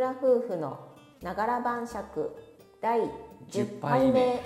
村夫婦のながら晩酌第10杯目。 10杯目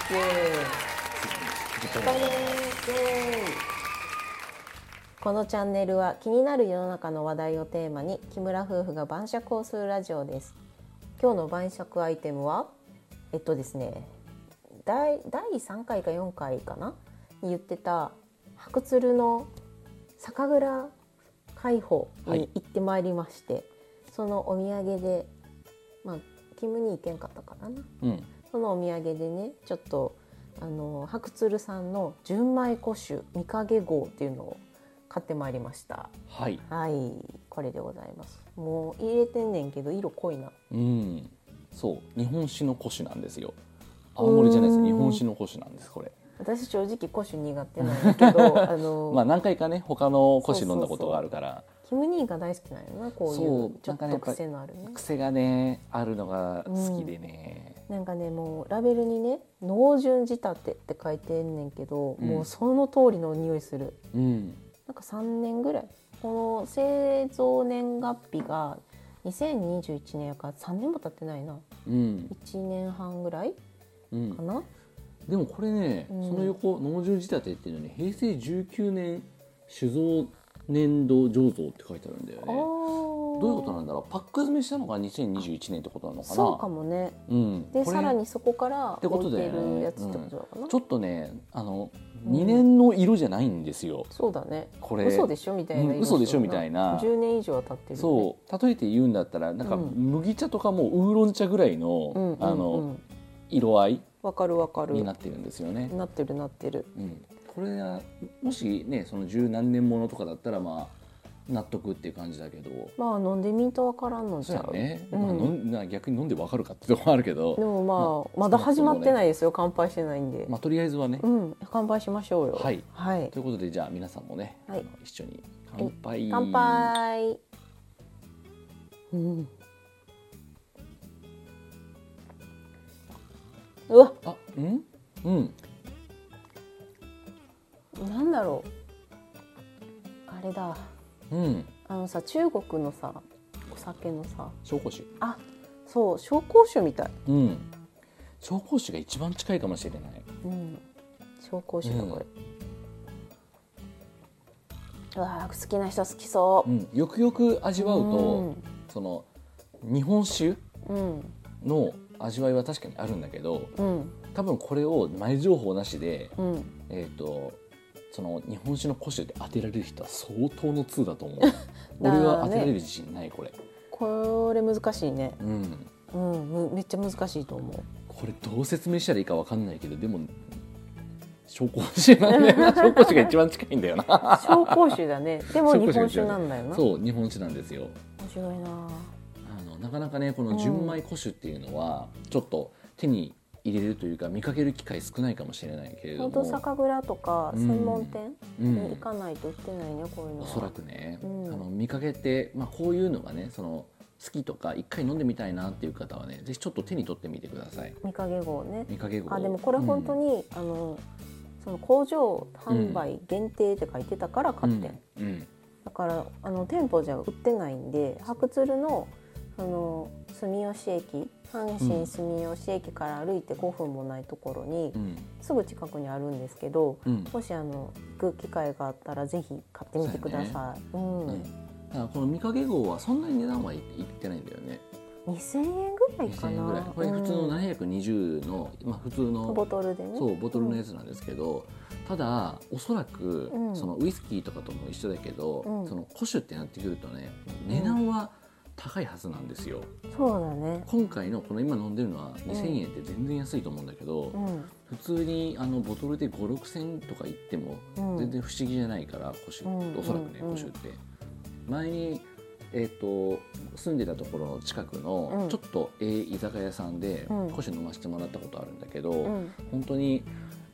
このチャンネルは気になる世の中の話題をテーマに木村夫婦が晩酌をするラジオです。今日の晩酌アイテムはですね、第3回か4回かなに言ってた白鶴の酒蔵開放に行ってまいりまして、そのお土産でキムに行けんかったからな、そのお土産でねちょっと白鶴さんの純米古酒御影号っていうのを買ってまいりました。はい、これでございます。もう入れてんねんけど色濃いな。 そう日本酒の古酒なんですよ。青森じゃないです、日本酒の古酒なんですこれ。 私正直古酒苦手なんだけど何回かね他の古酒飲んだことがあるから。 キム兄が大好きなんよな、こういうちょっと癖のあるね。 癖がねあるのが好きでね、 なんかねもうラベルにね濃純仕立てって書いてんねんけど、もうその通りの匂いする。なんか3年ぐらい、この製造年月日が2021年やから3年も経ってないな、1年半ぐらいかな。 でもこれね、その横濃純仕立てっていうのに平成19年酒造年度醸造って書いてあるんだよね。どういうことなんだろう。パック詰めしたのが2021年ってことなのかな。 そうかもね。でさらにそこから置いてるやつってことだかな。 ちょっとね2年の色じゃないんですよ。 そうだね。 これ嘘でしょみたいな。 嘘でしょみたいな。 10年以上は経ってる、ね。 そう例えて言うんだったらなんか麦茶とかもウーロン茶ぐらいの色合いわかるになってるんですよね。 なってる。 これはもしねその十何年ものとかだったら納得っていう感じだけど、 飲んでみんとわからんのじゃん。 そうね。逆に飲んでわかるかってところあるけど、 でもまだ始まってないですよ。乾杯してないんで。 とりあえずはね。 乾杯しましょうよ。はい。 ということでじゃあ皆さんもね、一緒に乾杯。 乾杯。うわ。なんだろう。あれだ。中国のさお酒のさ紹興酒。 そう紹興酒みたい。 紹興酒が一番近いかもしれない。 紹興酒だこれ。うわ好きな人好きそう。 よくよく味わうとその日本酒の味わいは確かにあるんだけど、多分これを前情報なしでその日本酒の古酒で当てられる人は相当の通だと思う。俺は当てられる自信ないこれ。 これ難しいね。めっちゃ難しいと思う。 これどう説明したらいいか分かんないけど、でも紹興酒なんだよな。紹興酒が一番近いんだよな。 紹興酒だね。でも日本酒なんだよな。 そう日本酒なんですよ。 面白いな。 なかなかねこの純米古酒っていうのはちょっと手に入れるというか見かける機会少ないかもしれないけれども、 本当酒蔵とか専門店に行かないと売ってないね、こういうのは。 おそらくね、見かけて、こういうのがねその好きとか一回飲んでみたいなっていう方はねぜひちょっと手に取ってみてください。 御影号ね。 御影号。 でもこれ本当に、その工場販売限定って書いてたから買ってん。だから店舗じゃ売ってないんで、白鶴の住吉駅、阪神住吉駅から歩いて5分もないところに、すぐ近くにあるんですけど、もし行く機会があったらぜひ買ってみてください。 だからこの御影号はそんなに値段はいってないんだよね。 2000円ぐらいかな。 これ普通の720の、普通のボトルでね。 そうボトルのやつなんですけど、ただおそらくそのウイスキーとかとも一緒だけど、その古酒ってなってくるとね値段は高いはずなんですよ。 そうだね。 今回のこの今飲んでるのは2000円って全然安いと思うんだけど、普通にボトルで5、6千とかいっても全然不思議じゃないから、古酒っておそらくね古酒って前に住んでたところの近くのちょっと居酒屋さんで古酒飲ませてもらったことあるんだけど、本当に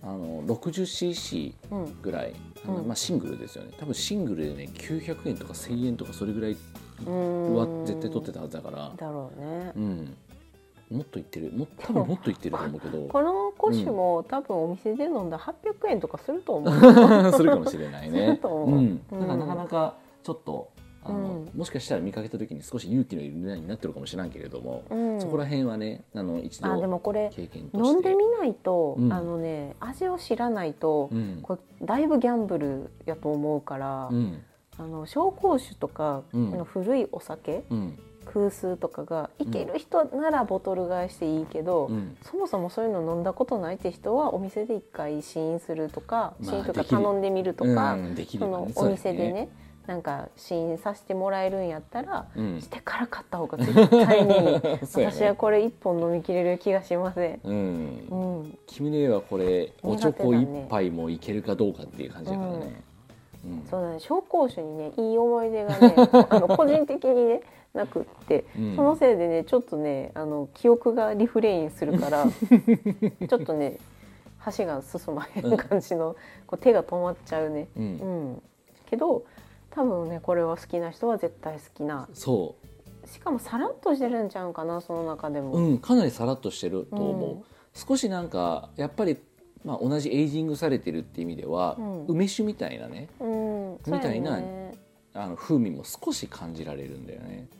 60cc ぐらいシングルですよね。多分シングルでね900円とか1000円とかそれぐらいは絶対取ってたはずだから。 だろうね。 もっといってる、多分もっといってると思うけどこの古酒も多分お店で飲んだら800円とかすると思う。 するかもしれないね。 すると思う。 だからなかなかちょっともしかしたら見かけた時に少し勇気のいる値段になってるかもしれないけれども、そこら辺はね一度でもこれ経験として飲んでみないと、味を知らないと、これだいぶギャンブルやと思うから、紹興酒とか、古いお酒、空数とかがいける人ならボトル買いしていいけど、そもそもそういうの飲んだことないって人はお店で一回試飲するとか、試飲とか頼んでみるとか、そのお店でねなんか試飲させてもらえるんやったら、してから買った方が絶対に私はこれ1本飲みきれる気がしません。 君ねはこれおちょこ1杯もいけるかどうかっていう感じだからね。 そうだね、紹興酒にねいい思い出がね個人的にねなくって、そのせいでねちょっとね記憶がリフレインするからちょっとね箸が進まへん感じのこう手が止まっちゃうね。けど多分ねこれは好きな人は絶対好きな。しかもさらっとしてるんちゃうかな、その中でも。 かなりさらっとしてると思う。少しなんかやっぱり同じエイジングされてるっていう意味では、梅酒みたいなね、みたいな風味も少し感じられるんだよね。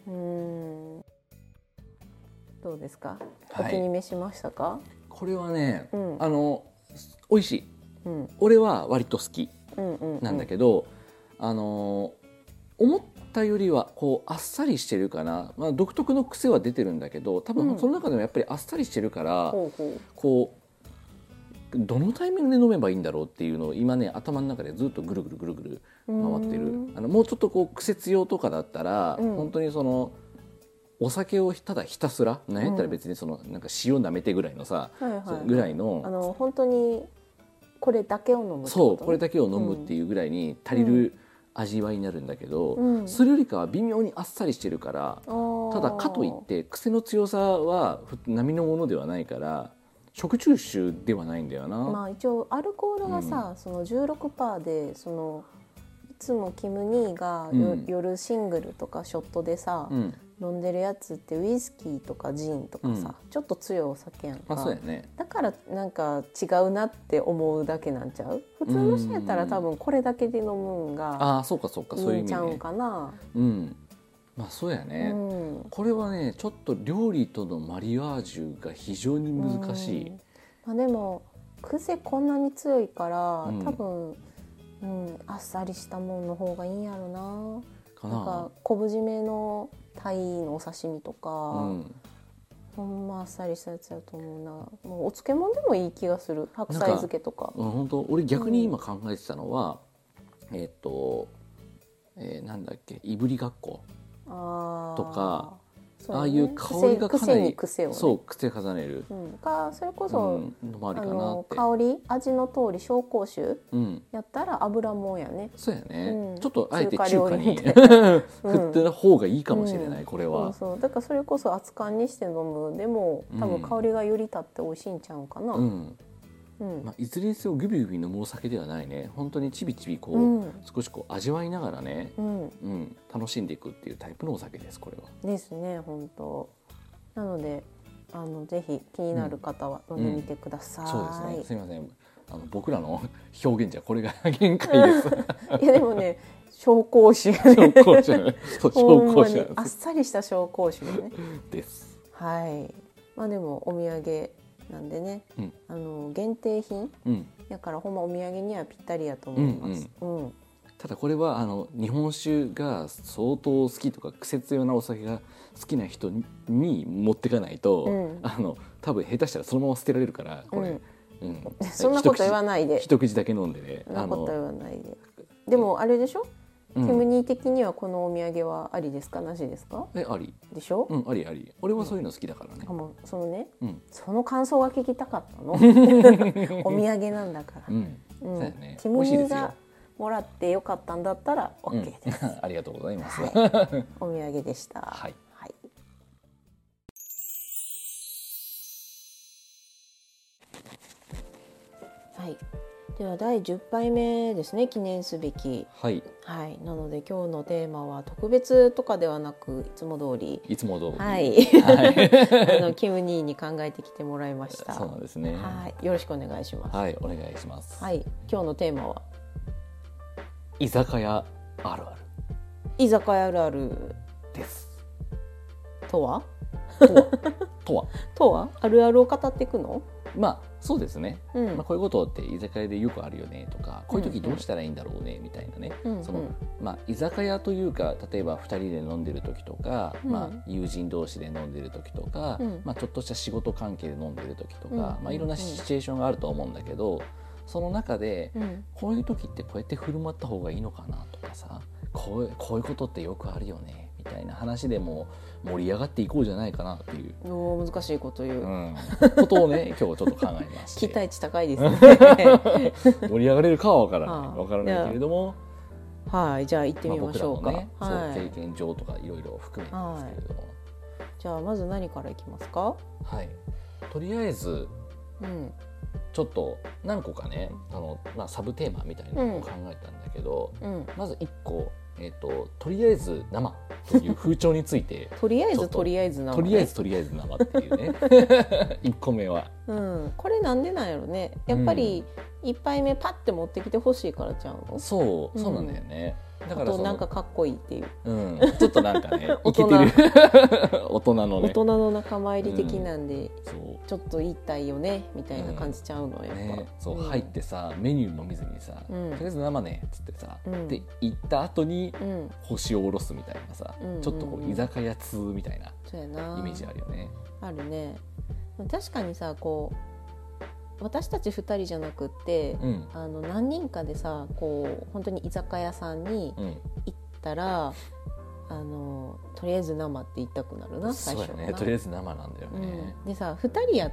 どうですか、お気に召しましたか？ これはね、美味しい、俺は割と好きなんだけど、思ったよりはこうあっさりしてるかな、独特の癖は出てるんだけど、多分その中でもやっぱりあっさりしてるから、こうどのタイミングで飲めばいいんだろうっていうのを今ね頭の中でずっとぐるぐるぐるぐる回ってる。もうちょっとこう癖強とかだったら、本当にそのお酒をただひたすらなんやったら別にそのなんか塩舐めてぐらいのさ、ぐらいの本当にこれだけを飲むってことね。 そう、これだけを飲むっていうぐらいに足りる味わいになるんだけど、それよりかは微妙にあっさりしてるから、ただかといって癖の強さは並のものではないから食中酒ではないんだよな。 一応アルコールがさ、その 16% でそのいつもキム兄が夜シングルとかショットでさ、飲んでるやつってウイスキーとかジンとかさ、ちょっと強いお酒やんか。 そうやね。 だからなんか違うなって思うだけなんちゃう？普通の人やったら多分これだけで飲むんがいいんちゃうんかな。 そうやね、これはねちょっと料理とのマリアージュが非常に難しい。 でも癖こんなに強いから、多分、あっさりしたものの方がいいんやろな。なんか昆布締めのタイのお刺身とか、ほんまあっさりしたやつやと思うな。もうお漬物でもいい気がする。白菜漬けとか。 本当俺逆に今考えてたのは、なんだっけ、いぶりがっことか、ああいう香りがかなり癖をね、そう癖重ねる、それこそ、もありかなって。香り味の通り紹興酒、やったら油もんやね。 そうやね、ちょっとあえて中華に振ってた方がいいかもしれない、これは。 だからそれこそ熱燗にして飲むでも多分香りがより立って美味しいんちゃうかな。いずれにせよグビグビ飲むお酒ではないね。本当にちびちびこう、少しこう味わいながらね、楽しんでいくっていうタイプのお酒です、これは。ですね、本当。なのでぜひ気になる方は飲んでみてください。 そうですね。すみません。僕らの表現じゃこれが限界です。 いやでもね、紹興酒。 紹興酒。紹興酒。 あっさりした紹興酒ね。 です。 はい。でもお土産なんでね、限定品、だからほんまお土産にはぴったりやと思います。 ただこれは日本酒が相当好きとか癖強なお酒が好きな人に持ってかないと、多分下手したらそのまま捨てられるからこれ、 そんなこと言わないで、 一口だけ飲んでね。 そんなこと言わないで。でもあれでしょ、キムニー的にはこのお土産はありですか、なしですか？ ありでしょ。 ありあり。俺はそういうの好きだからね。 そのね、その感想が聞きたかったの。お土産なんだから。キムニーがもらってよかったんだったら OK です。 ありがとうございます。 お土産でした。 はい。 はい。では第10杯目ですね、記念すべき。 はい。 なので今日のテーマは特別とかではなく、いつも通り。はい。キム兄に考えてきてもらいました。 そうなんですね。 よろしくお願いします。 はい、お願いします。 はい。今日のテーマは居酒屋あるある。 居酒屋あるあるですとはとはあるあるを語っていくの？ まあそうですね、 うんまあ、こういうことって居酒屋でよくあるよねとか、こういう時どうしたらいいんだろうねみたいなね、 うんうん、 そのまあ、居酒屋というか例えば2人で飲んでる時とか、 うんまあ、友人同士で飲んでる時とか、 うんまあ、ちょっとした仕事関係で飲んでる時とか、 うんまあ、いろんなシチュエーションがあると思うんだけど、その中でうんこういう時ってこうやって振る舞った方がいいのかなとかさ、こういうことってよくあるよねみたいな話でも盛り上がっていこうじゃないかなっていう、 お難しいこと言う、 ことをね今日ちょっと考えまして期待値高いですね盛り上がれるかは分からない、 はあ分からないけれども、 はい、じゃあ行ってみましょうか、 僕らのね、 はい、 そう経験上とかいろいろ含めてですけれども、 じゃあまず何からいきますか？ はい、とりあえずうんちょっと何個かねまあ、サブテーマみたいなのを考えたんだけど、 うんまず1個、とりあえず生という風潮についてとりあえずちょっととりあえず生、ね、 とりあえず生っていうね1個目は、 これなんでなんやろね、やっぱり1杯目パッて持ってきてほしいからちゃうの？ そうなんだよね、だからあとなんかかっこいいっていう、 ちょっとなんかねイケてる大人のね、 大人の仲間入り的なんで、 そうちょっと言いたいよねみたいな感じちゃうの、やっぱ、 ね、そう、入ってさメニュー飲みずにさ、とりあえず生ねっつってさ、で行った後に星を下ろすみたいなさ、ちょっとこう居酒屋通みたいなそうやなイメージあるよね。 あるね。確かにさ、こう私たち2人じゃなくって、何人かでさ、こう本当に居酒屋さんに行ったら、とりあえず生って言いたくなるな、最初はな。 そうやね、とりあえず生なんだよね、 でさ2人やって、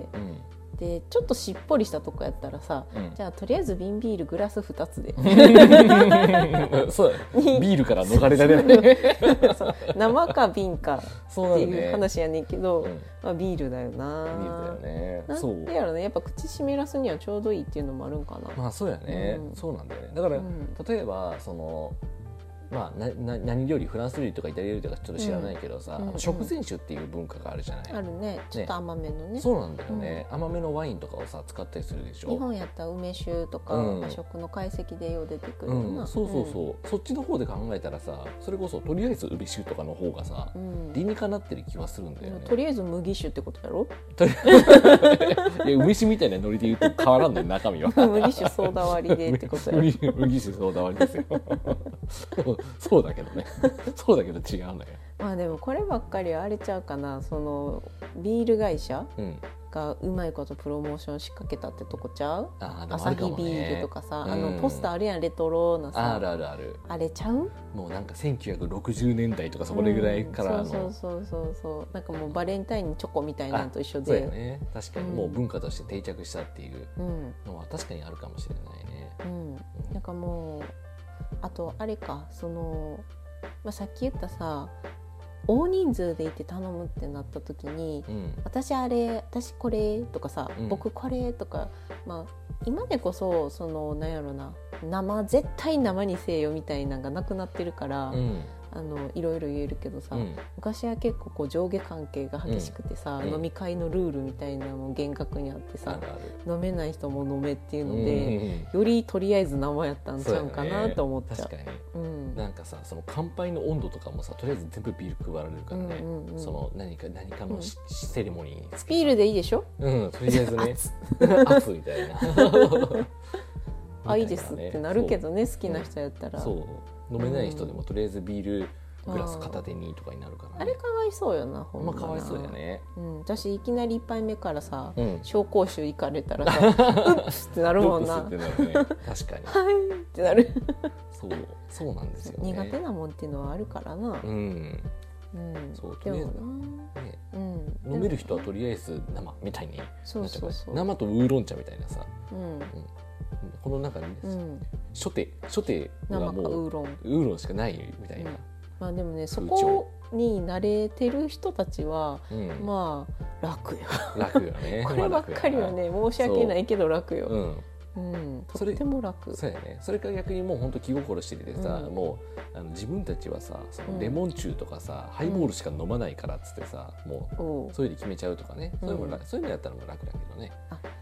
でちょっとしっぽりしたとこやったらさ、じゃあとりあえず瓶ビールグラス2つでそうビールから逃れられない生か瓶かっていう話やねんけど、まあ、ビールだよな。 ビールだよね。 なんでやろね、やっぱ口湿らすにはちょうどいいっていうのもあるんかな。 まあそうやね、そうなんだよね。だから、例えばそのまあ、何料理、フランス料理とかイタリア料理とかちょっと知らないけどさ、食前酒っていう文化があるじゃない。 あるね、ちょっと甘めのね。 そうなんだよね、甘めのワインとかをさ使ったりするでしょ。 日本やったら梅酒とか、和食の懐石でよう出てくるような、 そう、そっちの方で考えたらさ、それこそとりあえず梅酒とかの方がさ、理にかなってる気はするんだよね。 とりあえず麦酒ってことやろいや梅酒みたいなノリで言うと変わらんのよ、中身は。 麦酒ソーダ割りでってことやろ。 麦酒ソーダ割りですよそうだけどねそうだけど違うのよ。 まあでもこればっかりはあれちゃうかな、そのビール会社がうまいことプロモーション仕掛けたってとこちゃう？アサヒビールとかさ、ポスターあるやん、レトロなさ。 あるあれちゃう？ もうなんか1960年代とかそこぐらいからの、 そうなんかもうバレンタインにチョコみたいなのと一緒で、 そうやね、確かにもう文化として定着したっていうのは確かにあるかもしれないね。 なんかもうあとあれか、その、さっき言ったさ、大人数でいて頼むってなった時に、私これとかさ、僕これとか、今でこそそのなんやろな、絶対生にせえよみたいなのがなくなってるから、いろいろ言えるけどさ、昔は結構こう上下関係が激しくてさ、飲み会のルールみたいなのも厳格にあってさ、飲めない人も飲めっていうので、よりとりあえず生やったんちゃうかなと思っちゃう。 確かに、なんかさ、その乾杯の温度とかもさ、とりあえず全部ビール配られるからね、その何かのセレモニーにビールでいいでしょ、 とりあえずね熱みたいないいですってなるけどね、好きな人やったら。 そう飲めない人でもとりあえずビールグラス片手にとかになるからね。 あれかわいそうよな、ほんまな。 かわいそうやね。 私いきなり1杯目からさ、紹興酒行かれたらさうっってなるもんな。 ってなるね、確かにはいってなる。 そうなんですよね。 苦手なもんっていうのはあるからな。 そうとりあえず飲める人はとりあえず生みたいになっちゃう。生とウーロン茶みたいなさ、この中に初手がもうウーロンしかないみたいな。 でもね、そこに慣れてる人たちはまあ楽よ。 楽よね。 こればっかりはね、申し訳ないけど楽よ。とっても楽。 そうやね。それから逆にもう本当気心知れてさ、もう自分たちはさ、そのレモンチューとかさ、ハイボールしか飲まないからっつってさ、もうそういうの決めちゃうとかね。そういうのやったらもう楽だけどね。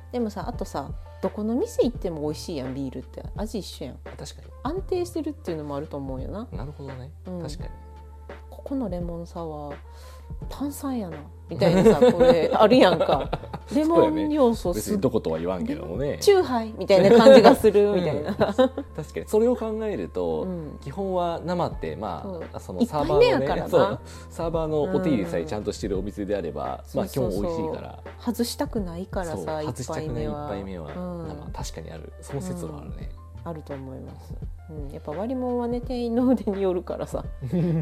でもさあとさどこの店行っても美味しいやんビールって味一緒やん。 確か安定してるっていうのもあると思うよな。 になるほどね、 うん確かにここのレモンサワー炭酸やなみたいなさこれあるやんかレモン要素別にどことは言わんけどもねチューハイみたいな感じがするみたいな、 確かにそれを考えると、基本は生ってそのサーバーのねそうサーバーのお手入れさえちゃんとしてるお店であれば、基本美味しいから外したくないからさ外したくない1杯目は、 生確かにあるその説はあるね、 あると思います、やっぱ割り物はね店員の腕によるからさ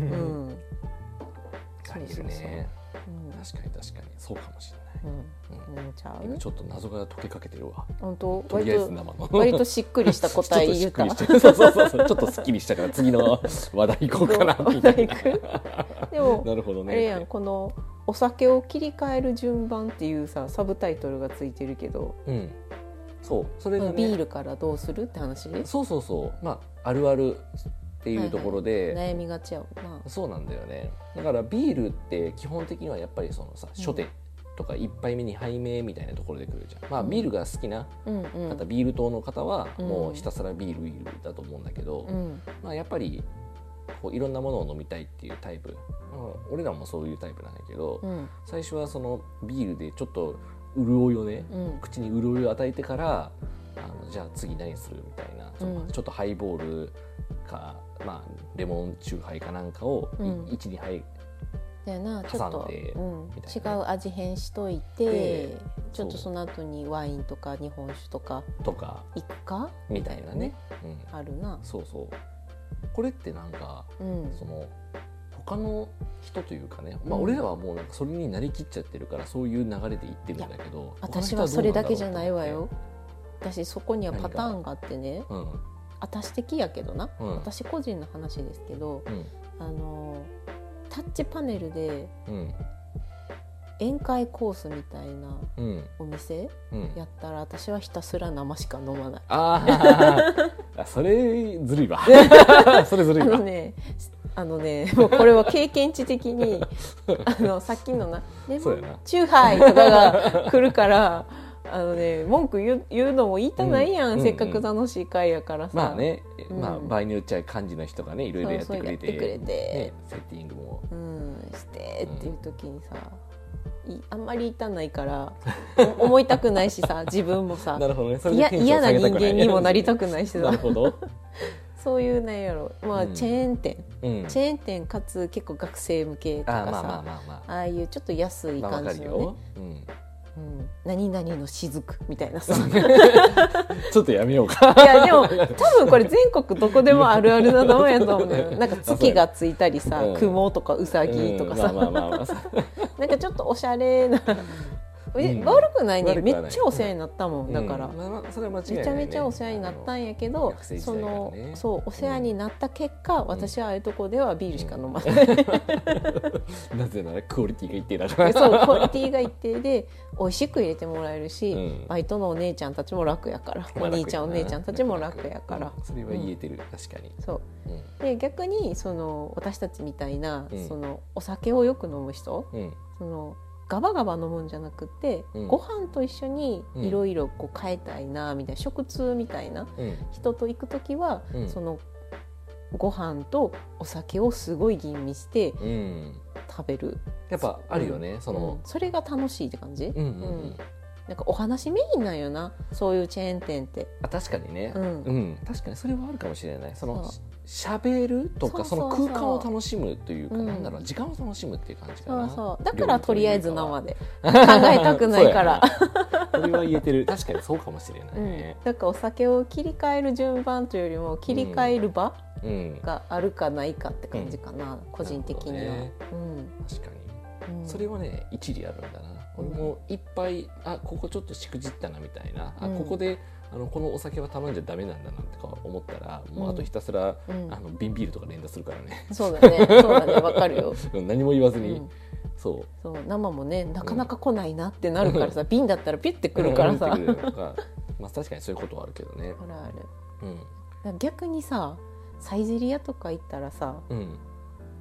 ありえるね、確かにそうかもしれない、ちょっと謎が解けかけてるわ本当とりあえず生の割としっくりした答え言ったそうちょっとすっきりしたから次の話題行こうかなみたいなでもなるほどねあれやんこのお酒を切り替える順番っていうさサブタイトルがついてるけど、 そうそれがねビールからどうするって話そうあるあるっていうところで、 悩みがちやな。 そうなんだよね。だからビールって基本的にはやっぱりそのさ初手とか1杯目2杯目みたいなところで来るじゃん、ビールが好きな方、ビール党の方はもうひたすらビールだと思うんだけど、やっぱりこういろんなものを飲みたいっていうタイプ、俺らもそういうタイプなんだけど、最初はそのビールでちょっと潤いをね、口に潤いを与えてからじゃあ次何するみたいな、ちょっとハイボールか、レモンチューハイかなんかを 1,2 杯挟んで違う味変しといて、ちょっとその後にワインとか日本酒とかいくかみたいなね、 あるな。 そうこれってなんか、その他の人というかね、俺らはもうなんかそれになりきっちゃってるからそういう流れで言ってるんだけど、 私はそれだけじゃないわよ。私そこにはパターンがあってね、私的やけどな、私個人の話ですけど、タッチパネルで宴会コースみたいなお店やったら私はひたすら生しか飲まない。 それずるいわそれずるいわ。 もうこれは経験値的にさっきのなレモンチューハイとかが来るから文句言うのも言いたないやん、せっかく楽しい会やからさ。 場合によっちゃ幹事の人がねいろいろやってくれてセッティングもしてっていう時にさ、あんまり言いたないから思いたくないしさ自分もさ嫌な人間にもなりたくないしさそういうなんやろ、チェーン店かつ結構学生向けとかさ、ああいうちょっと安い感じのね、何々の雫みたいなさちょっとやめようか。 いやでも多分これ全国どこでもあるあるな名前やと思うのよ。なんか月がついたりさ、雲とかうさぎとかさ、なんかちょっとおしゃれな悪くないね。めっちゃお世話になったもん。だからめちゃめちゃお世話になったんやけど、そうお世話になった結果、私はああいうとこではビールしか飲まない。 なぜならクオリティが一定だから。 そうクオリティが一定で美味しく入れてもらえるし、バイトのお姉ちゃんたちも楽やから、お兄ちゃんお姉ちゃんたちも楽やから。 それは言えてる、確かに。 そうで逆にその私たちみたいなそのお酒をよく飲む人、そのガバガバ飲むんじゃなくて、ご飯と一緒にいろいろ変えたいなみたいな、食通みたいな人と行くときは、そのご飯とお酒をすごい吟味して食べる、 やっぱあるよね、 それが楽しいって感じ。なんかお話メインなんよな、そういうチェーン店って。 確かにね、確かにそれはあるかもしれない。その喋るとかその空間を楽しむというか、なんだろう、時間を楽しむっていう感じかな。 だからとりあえず生で考えたくないからそれは言えてる。確かにそうかもしれないね。 だからお酒を切り替える順番というよりも切り替える場があるかないかって感じかな、個人的には。 確かにそれはね一理あるんだな。俺もいっぱいここちょっとしくじったなみたいな、ここでこのお酒は頼んじゃダメなんだなとか思ったら、もうあとひたすら瓶ビールとか連打するからね。 そうだねわかるよ。 何も言わずに、そう生もねなかなか来ないなってなるからさ、瓶だったらピュッてくるからさ確かにそういうことはあるけどね。 逆にさサイゼリヤとか行ったらさ、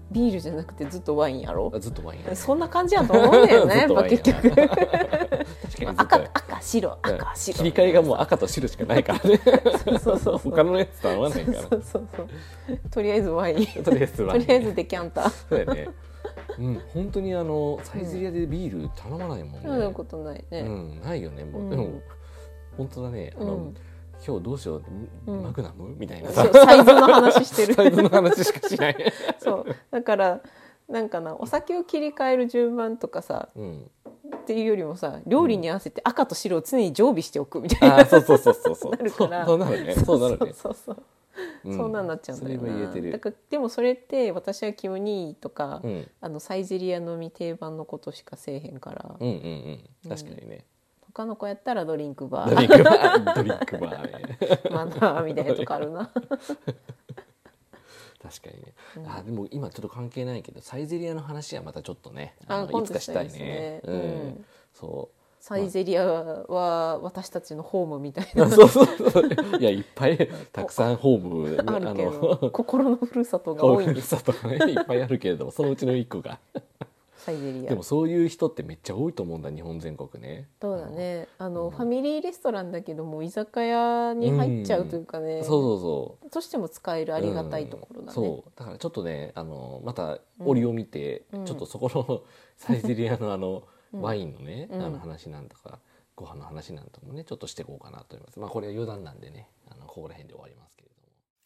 ビールじゃなくてずっとワインやろ。 ずっとワインや、ね、 そんな感じやと思うんだよねやっぱ結局赤白切り替えがもう赤と白しかないからねそう他のやつと合わないからそうとりあえずワインとりあえずワイン、 とりあえずデキャンターそうだよね。本当にサイゼリアでビール頼まないもんね。 そんなことないね。 ないよね。もう、でも本当だね。今日どうしよう、マグナムみたいなさ、 サイズの話してるサイズの話しかしないそうだからなんかな、お酒を切り替える順番とかさ、っていうよりもさ、料理に合わせて赤と白を常に常備しておくみたいな、 そうなるからそうなるね。そうなるね。 そうなんなっちゃうんだよな。 それは言えてる。 だからでもそれって私はキム兄とか、サイゼリア飲み定番のことしかせえへんから。 確かにね。 他の子やったらドリンクバードリンクバーねマナーみたいなとこあるな確かにね。でも今ちょっと関係ないけど、サイゼリアの話はまたちょっとね、いつかしたいね。そうサイゼリアは私たちのホームみたいないやいっぱいたくさんホームあるけど心のふるさとが多いんです。 ふるさとがねいっぱいあるけれども、そのうちの一個がサイゼリア。 でもそういう人ってめっちゃ多いと思うんだ、日本全国ね。 そうだね。ファミリーレストランだけども居酒屋に入っちゃうというかね、 そうとしても使えるありがたいところだね。 そうだからちょっとね、また折を見て、ちょっとそこのサイゼリアのワインのね、話なんとかご飯の話なんとかもねちょっとしていこうかなと思います。これは余談なんでね、ここら辺で終わりますけれ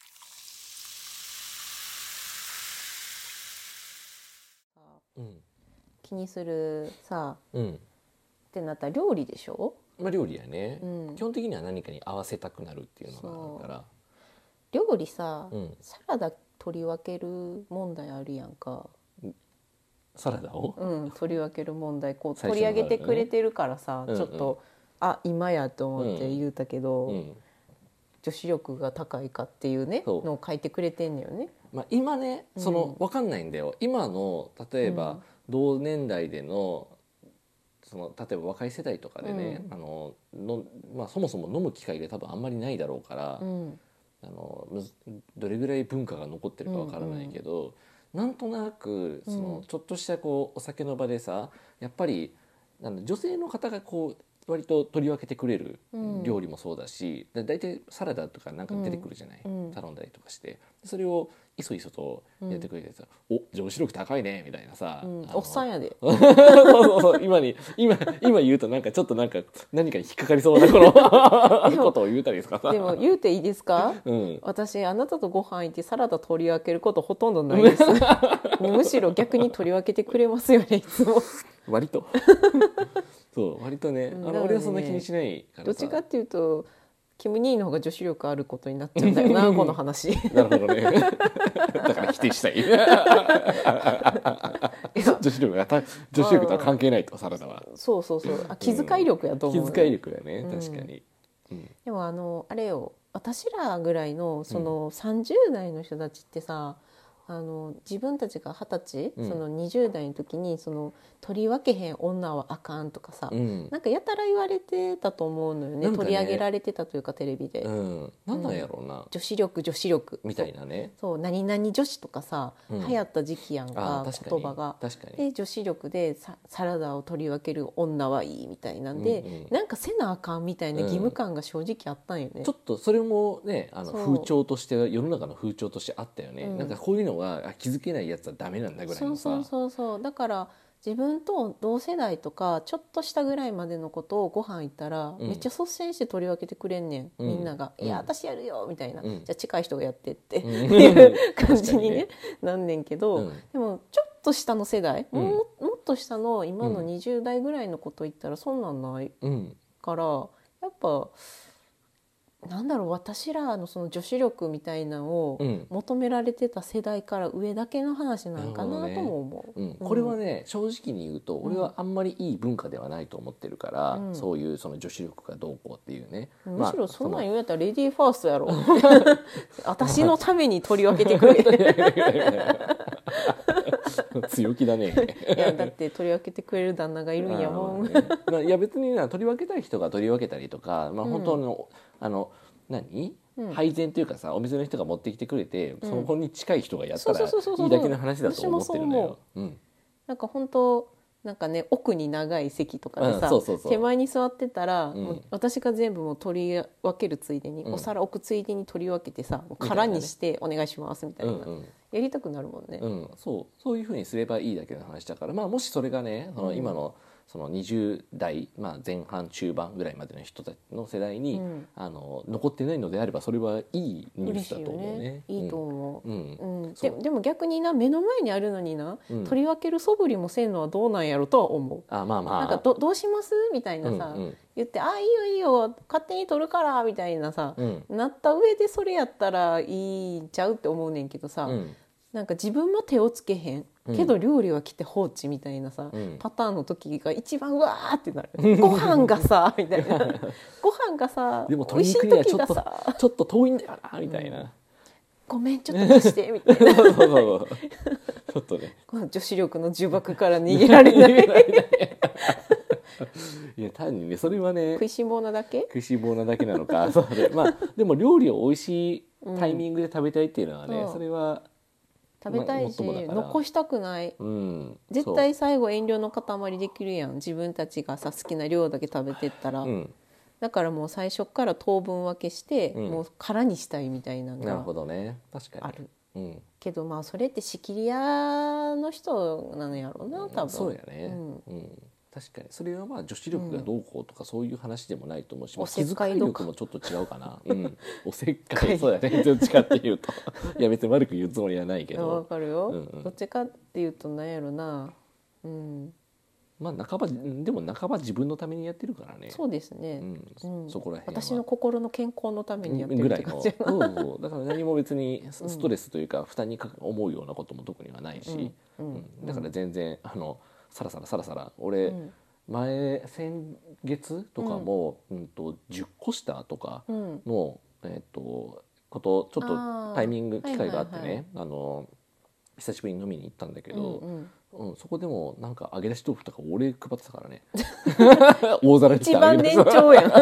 ども。 気にするさ、ってなったら料理でしょ。 料理やね、基本的には何かに合わせたくなるっていうのがあるから。 料理さ、サラダ取り分ける問題あるやんか。 サラダを、 取り分ける問題、こう取り上げてくれてるからさ、ちょっと今やと思って言うたけど、女子力が高いかっていうねのを書いてくれてんのよね。 今ね、分かんないんだよ。今の例えば、同年代での例えば若い世代とかでね、そもそも飲む機会が多分あんまりないだろうから、どれぐらい文化が残ってるかわからないけど、なんとなくちょっとしたお酒の場でさ、やっぱり女性の方が割と取り分けてくれる料理もそうだし、だいたいサラダとかなんか出てくるじゃない、頼んだりとかして、それをいそいそとやってくれてさ、女子力高いねみたいなさ、 おっさんやでそう今言うとなんかちょっと何かに引っかかりそうなことを言うたりですかさ。 でも言うていいですか、私あなたとご飯行ってサラダ取り分けることほとんどないですむしろ逆に取り分けてくれますよね、いつも割とそう割とね、俺はそんな気にしないからさ。 どっちかっていうとキム兄の方が女子力あることになっちゃうんだよなこの話。 なるほどねだから否定したい女子力とは関係ないと、サラダは。 そう気遣い力やと思う、 気遣い力やね、確かに。 でもあれよ、私らぐらいの30代の人たちってさ、自分たちが20歳、20代の時に取り分けへん女はあかんとかさ、なんかやたら言われてたと思うのよね。取り上げられてたというか、テレビで、 なんなんやろうな、 女子力みたいなね。 そう何々女子とかさ、流行った時期やんか、言葉が。で女子力でサラダを取り分ける女はいいみたいなんで、なんかせなあかんみたいな義務感が正直あったんよね。 ちょっとそれもね、風潮として、世の中の風潮としてあったよね。なんかこういうのは気づけないやつはダメなんだぐらいのさ。 そうだから自分と同世代とかちょっとしたぐらいまでのことをご飯行ったら、めっちゃ率先して取り分けてくれんねん、みんなが。いや私やるよみたいな、じゃあ近い人がやってっていう感じにねなんねんけど、でもちょっと下の世代、もっと下の今の20代ぐらいのこと言ったらそんなんないから、やっぱなんだろう、私らのその女子力みたいなのを求められてた世代から上だけの話なんかなとも思う。 これはね、正直に言うと俺はあんまりいい文化ではないと思ってるから、そういう女子力がどうこうっていうね。 むしろそんなん言うんやったらレディーファーストやろ私のために取り分けてくれ強気だねいやだって取り分けてくれる旦那がいるんやもんいや別に取り分けたい人が取り分けたりとか、本当の配膳というかさ、お店の人が持ってきてくれて、そこに近い人がやったらいいだけの話だと思ってるのよ。 なんか本当なんかね、奥に長い席とかでさ、手前に座ってたら、もう私が全部もう取り分けるついでに、お皿置くついでに取り分けてさ、空にしてお願いしますみたいな、やりたくなるもんね。 そういうふうにすればいいだけの話だから、もしそれがね、今のその20代、前半中盤ぐらいまでの人たちの世代に、残ってないのであれば、それはいいニュースだと思うね。 いいと思う。でも逆にな、目の前にあるのにな、取り分ける素振りもせんのはどうなんやろとは思う。なんかどうしますみたいなさ、言って「あ、いいよいいよ勝手に取るから」みたいなさ、なった上でそれやったらいいんちゃうって思うねんけどさ、なんか自分も手をつけへんけど料理は来て放置みたいなさ、パターンの時が一番うわーってなる。ご飯がさみたいなご飯がさでも鶏肉にはちょっと遠いんだよなみたいな、 ごめんちょっと出してみたいなちょっとね、 この女子力の呪縛から逃げられないいや単にね、それはね、 食いしん坊なだけなのかそうで、でも料理を美味しいタイミングで食べたいっていうのはね、それは食べたいし、残したくない、絶対最後遠慮の塊できるやん、自分たちがさ好きな量だけ食べてったら、だからもう最初から等分分けして、もう空にしたいみたいなのがある。けどそれって仕切り屋の人なのやろうな、多分。 そうやね、確かにそれは女子力がどうこうとかそういう話でもないと思うし、気遣い力もちょっと違うかな、おせっかい、そうやね、どっちかっていうといや別に悪く言うつもりはないけど、 わかるよ、どっちかっていうとなんやろな、 半ば自分のためにやってるからね。 そうですね、 そこら辺は私の心の健康のためにやってるって感じぐらいのだから何も別にストレスというか負担に思うようなことも特にはないし、だから全然さらさら俺、先月とかも、10個下とかの、ことちょっとタイミング機会があってね、久しぶりに飲みに行ったんだけど、そこでもなんか揚げ出し豆腐とか俺配ってたからね大皿に一番年長やん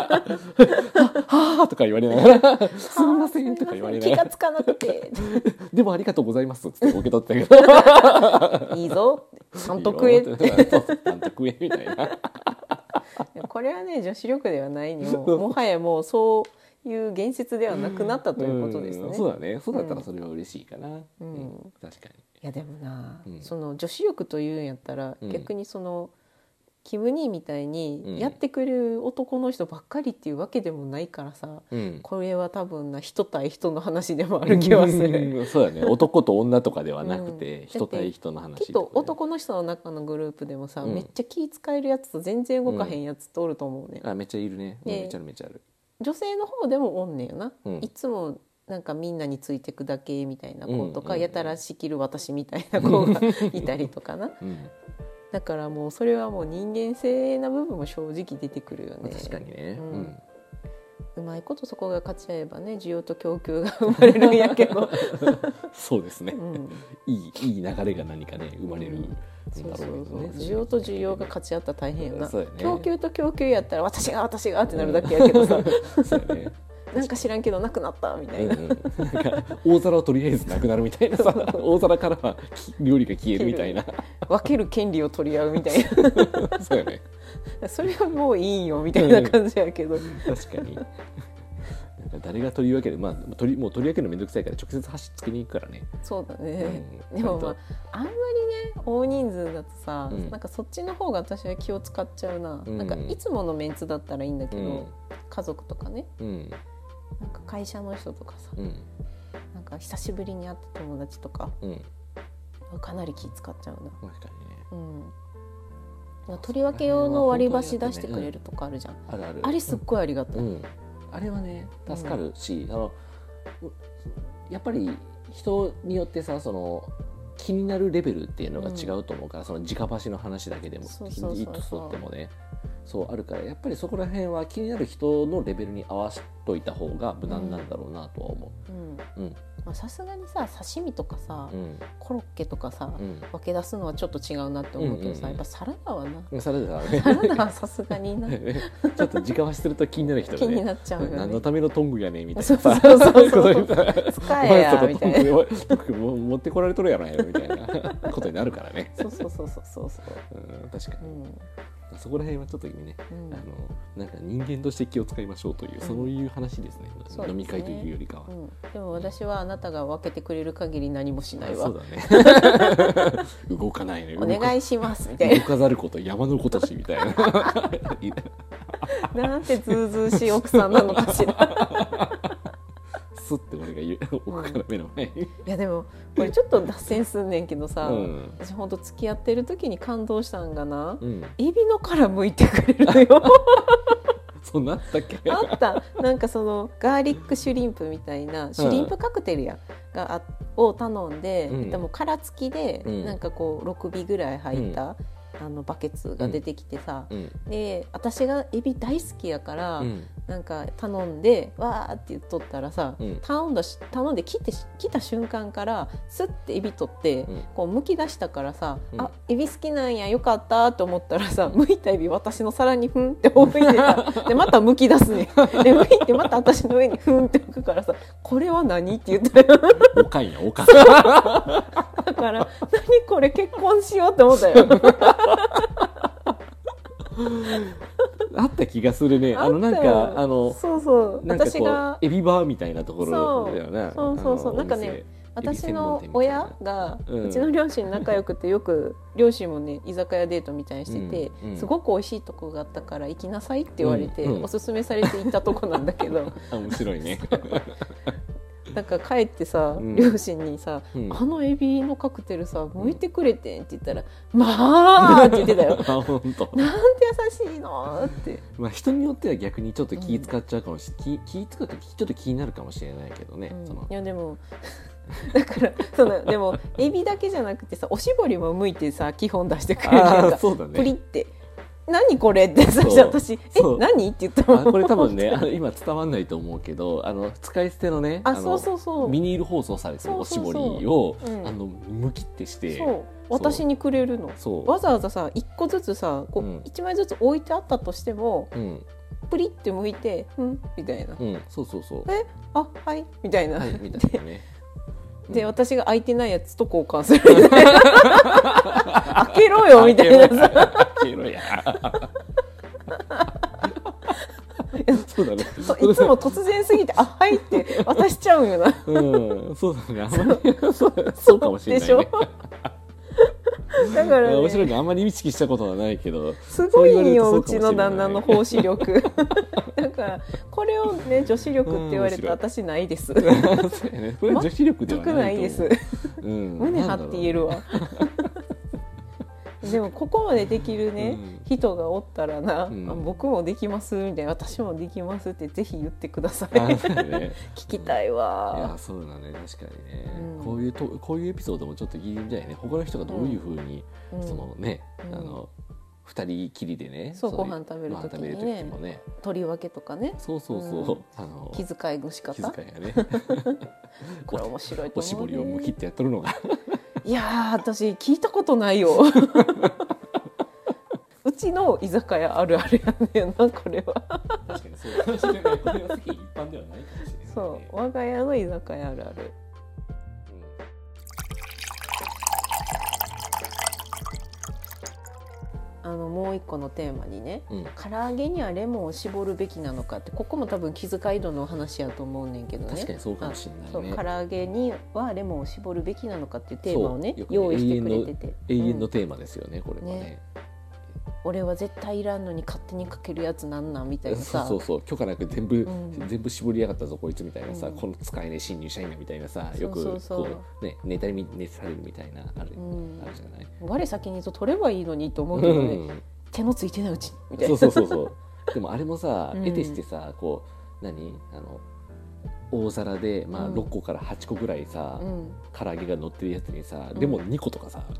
はぁとか言われながらすみませんとか言われながら気がつかなくてでもありがとうございますって受け取ったけどいいぞちゃんと食えってちゃんと食えみたいなこれはね女子力ではないにもはやもうそういう言説ではなくなったということですね。 そうだね。そうだったらそれは嬉しいかな。確かに。 いやでもな、その女子力というんやったら、逆にそのキム兄みたいにやってくれる男の人ばっかりっていうわけでもないからさ、これは多分な人対人の話でもある気はする。 そうだね。男と女とかではなくて、人対人の話。 きっと男の人の中のグループでもさ、めっちゃ気使えるやつと全然動かへんやつとおると思うね。 めっちゃいるね。めちゃめちゃある。 女性の方でもおんねんよな、いつもなんかみんなについてくだけみたいな子とか、やたら仕切る私みたいな子がいたりとかな、だからもうそれはもう人間性な部分も正直出てくるよね。 確かにね、 うまいことそこが勝ち合えばね、需要と供給が生まれるんやけどそうですね、いい流れが何かね生まれる、 需要と需要が勝ち合ったら大変よな、供給と供給やったら私がってなるだけやけどさ、なんか知らんけどなくなったみたいな、なんか大皿はとりあえずなくなるみたいなさ大皿からは料理が消えるみたいな分ける権利を取り合うみたいなそうよねそれはもういいよみたいな感じやけど、 確かに誰が取り分ける、もう取り分けるのめんどくさいから直接箸つけに行くからね。 そうだね、でもあんまりね大人数だとさ、なんかそっちの方が私は気を使っちゃうな、なんかいつものメンツだったらいいんだけど、家族とかね、なんか会社の人とかさ、なんか久しぶりに会った友達とか、かなり気使っちゃうな。 確かにね、 取り分け用の割り箸出してくれるとかあるじゃん、あれすっごいありがたい、 あれはね助かるし、やっぱり人によってさ、その気になるレベルっていうのが違うと思うから、その直箸の話だけでもいいととってもね、 そうあるから、やっぱりそこら辺は気になる人のレベルに合わせといた方が無難なんだろうなとは思う。 さすがにさ刺身とかさ、コロッケとかさ、分け出すのはちょっと違うなって思うけどさ、やっぱサラダはな、 サラダはねサラダはさすがになちょっと時間はしてると気になる人がね、 気になっちゃうよね。 何のためのトングやねみたいなそうさ、 使えやみたいな持ってこられとるやろみたいなことになるからね。 そう確かに、そこら辺はちょっとね、なんか人間として気を使いましょうという、そういう話ですね。飲み会というよりかは。 でも私はあなたが分けてくれる限り何もしないわ。 そうだね。動かないね。 お願いしますみたいな。 動かざること山のことしみたいな。 なんてずうずうしい奥さんなのかしら。 スッて俺が言う奥から目の前に。いやでもこれちょっと脱線すんねんけどさ、私ほんと付き合ってる時に感動したんがな、エビの殻剥いてくれるのよ。 そんなあったっけ？ あった。なんかそのガーリックシュリンプみたいなシュリンプカクテルを頼んで、でも殻付きでなんかこう6尾ぐらい入ったバケツが出てきてさ、で私がエビ大好きやから、なんか頼んでわーって言っとったらさ、頼んで切った瞬間からスッてエビ取って、こう剥き出したからさ、あエビ好きなんやよかったと思ったらさ、剥いたエビ私の皿にふんって置いてさ、でまた剥き出すね。で剥いてまた私の上にふんって置くからさ、これは何って言ったよ。 おかんやおかん。 だから何これ結婚しようって思ったよ。 あった気がするね。なんかそうなんか私がエビバーみたいなところだよね。 そうなんかね、私の親がうちの両親仲良くて、よく両親もね居酒屋デートみたいにしてて、すごく美味しいとこがあったから行きなさいって言われて、おすすめされて行ったとこなんだけど。 面白いね。 だから帰ってさ、両親にさ、あのエビのカクテルさ剥いてくれてんって言ったら、まあって言ってたよ。 本当。 なんて優しいのって。 まあ人によっては逆にちょっと気使っちゃうかもしれない。気使うとちょっと気になるかもしれないけどね。 いやでもだからでもエビだけじゃなくてさ、おしぼりも剥いてさ基本出してくれるからさ、プリって何これって最初私何って言ったの。 これ多分ね今伝わんないと思うけど、使い捨てのねビニール包装されてるおしぼりをむきってして、 私にくれるの。わざわざさ1個ずつさこう1枚ずつ置いてあったとしても、プリって剥いてみたいな、あはいみたいな、みたいなね。で私が開いてないやつと交換するみたいな。開けろよみたいなさ。開けろや。そうだね。いつも突然すぎてはいって渡しちゃうよな。 そうだね。そうかもしれないね。 だからね、 面白いね。あんまり意識したことはないけど、 すごいんようちの旦那の奉仕力。だからこれをね女子力って言われたら私ないです。これ女子力ではないです。胸張って言えるわ。でもここまでできるね、人がおったらな、僕もできますみたいな、私もできますってぜひ言ってください。聞きたいわ。 いやそうだね、確かにね、こういうエピソードもちょっと聞いてみたいね。他の人がどういうふうにそのね二人きりでね、 ご飯食べる時にね、取り分けとかね、気遣いの仕方、 気遣いがね。 これ面白いと思う。 おしぼりをむきってやっとるのが。 いや私聞いたことないよ。うちの居酒屋あるあるやんねんな、これは。 確かにそうかもしれない。これは世間一般ではないかもしれない。 そう、我が家の居酒屋あるある。もう一個のテーマにね、唐揚げにはレモンを絞るべきなのかって、ここも多分気遣い度の話やと思うねんけどね。 確かにそうかもしれないね。 唐揚げにはレモンを絞るべきなのかっていうテーマをね用意してくれてて、 永遠のテーマですよね、これはね。 俺は絶対いらんのに勝手にかけるやつなんなんみたいなさ、 許可なく全部絞りやがったぞこいつみたいなさ、この使えねえ新入社員がみたいなさ、よくこうねネタにされるみたいなあるじゃない。 我先にと取ればいいのにと思うけどね、手のついてないうちにみたいな。 そうでもあれもさ、得てしてさ、こう大皿で6個から8個ぐらいさ、唐揚げが乗ってるやつにさ、レモン2個とかさ